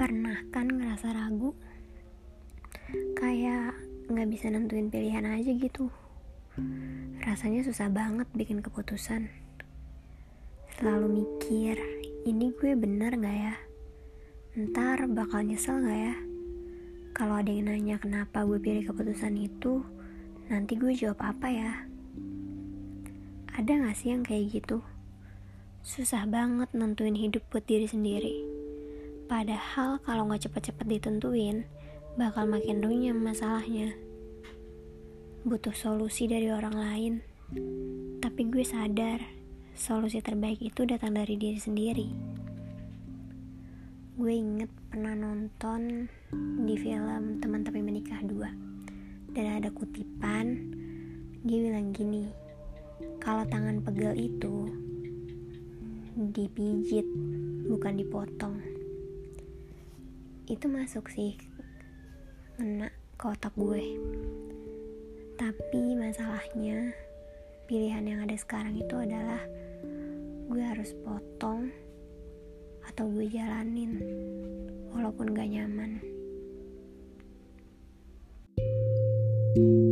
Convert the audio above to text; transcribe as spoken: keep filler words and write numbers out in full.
Pernah kan ngerasa ragu, kayak gak bisa nentuin pilihan aja gitu. Rasanya susah banget bikin keputusan. Selalu mikir, ini gue bener gak ya? Ntar bakal nyesel gak ya? Kalau ada yang nanya kenapa gue pilih keputusan itu, nanti gue jawab apa ya? Ada gak sih yang kayak gitu? Susah banget nentuin hidup buat diri sendiri. Padahal kalau gak cepet-cepet ditentuin, bakal makin runyam masalahnya. Butuh solusi dari orang lain. Tapi gue sadar, solusi terbaik itu datang dari diri sendiri. Gue inget pernah nonton di film Teman Tapi Menikah dua. Dan ada kutipan, dia bilang gini, kalau tangan pegel itu dipijit, bukan dipotong. Itu masuk sih, ngena ke otak gue. Tapi masalahnya, pilihan yang ada sekarang itu adalah gue harus potong atau gue jalanin walaupun gak nyaman.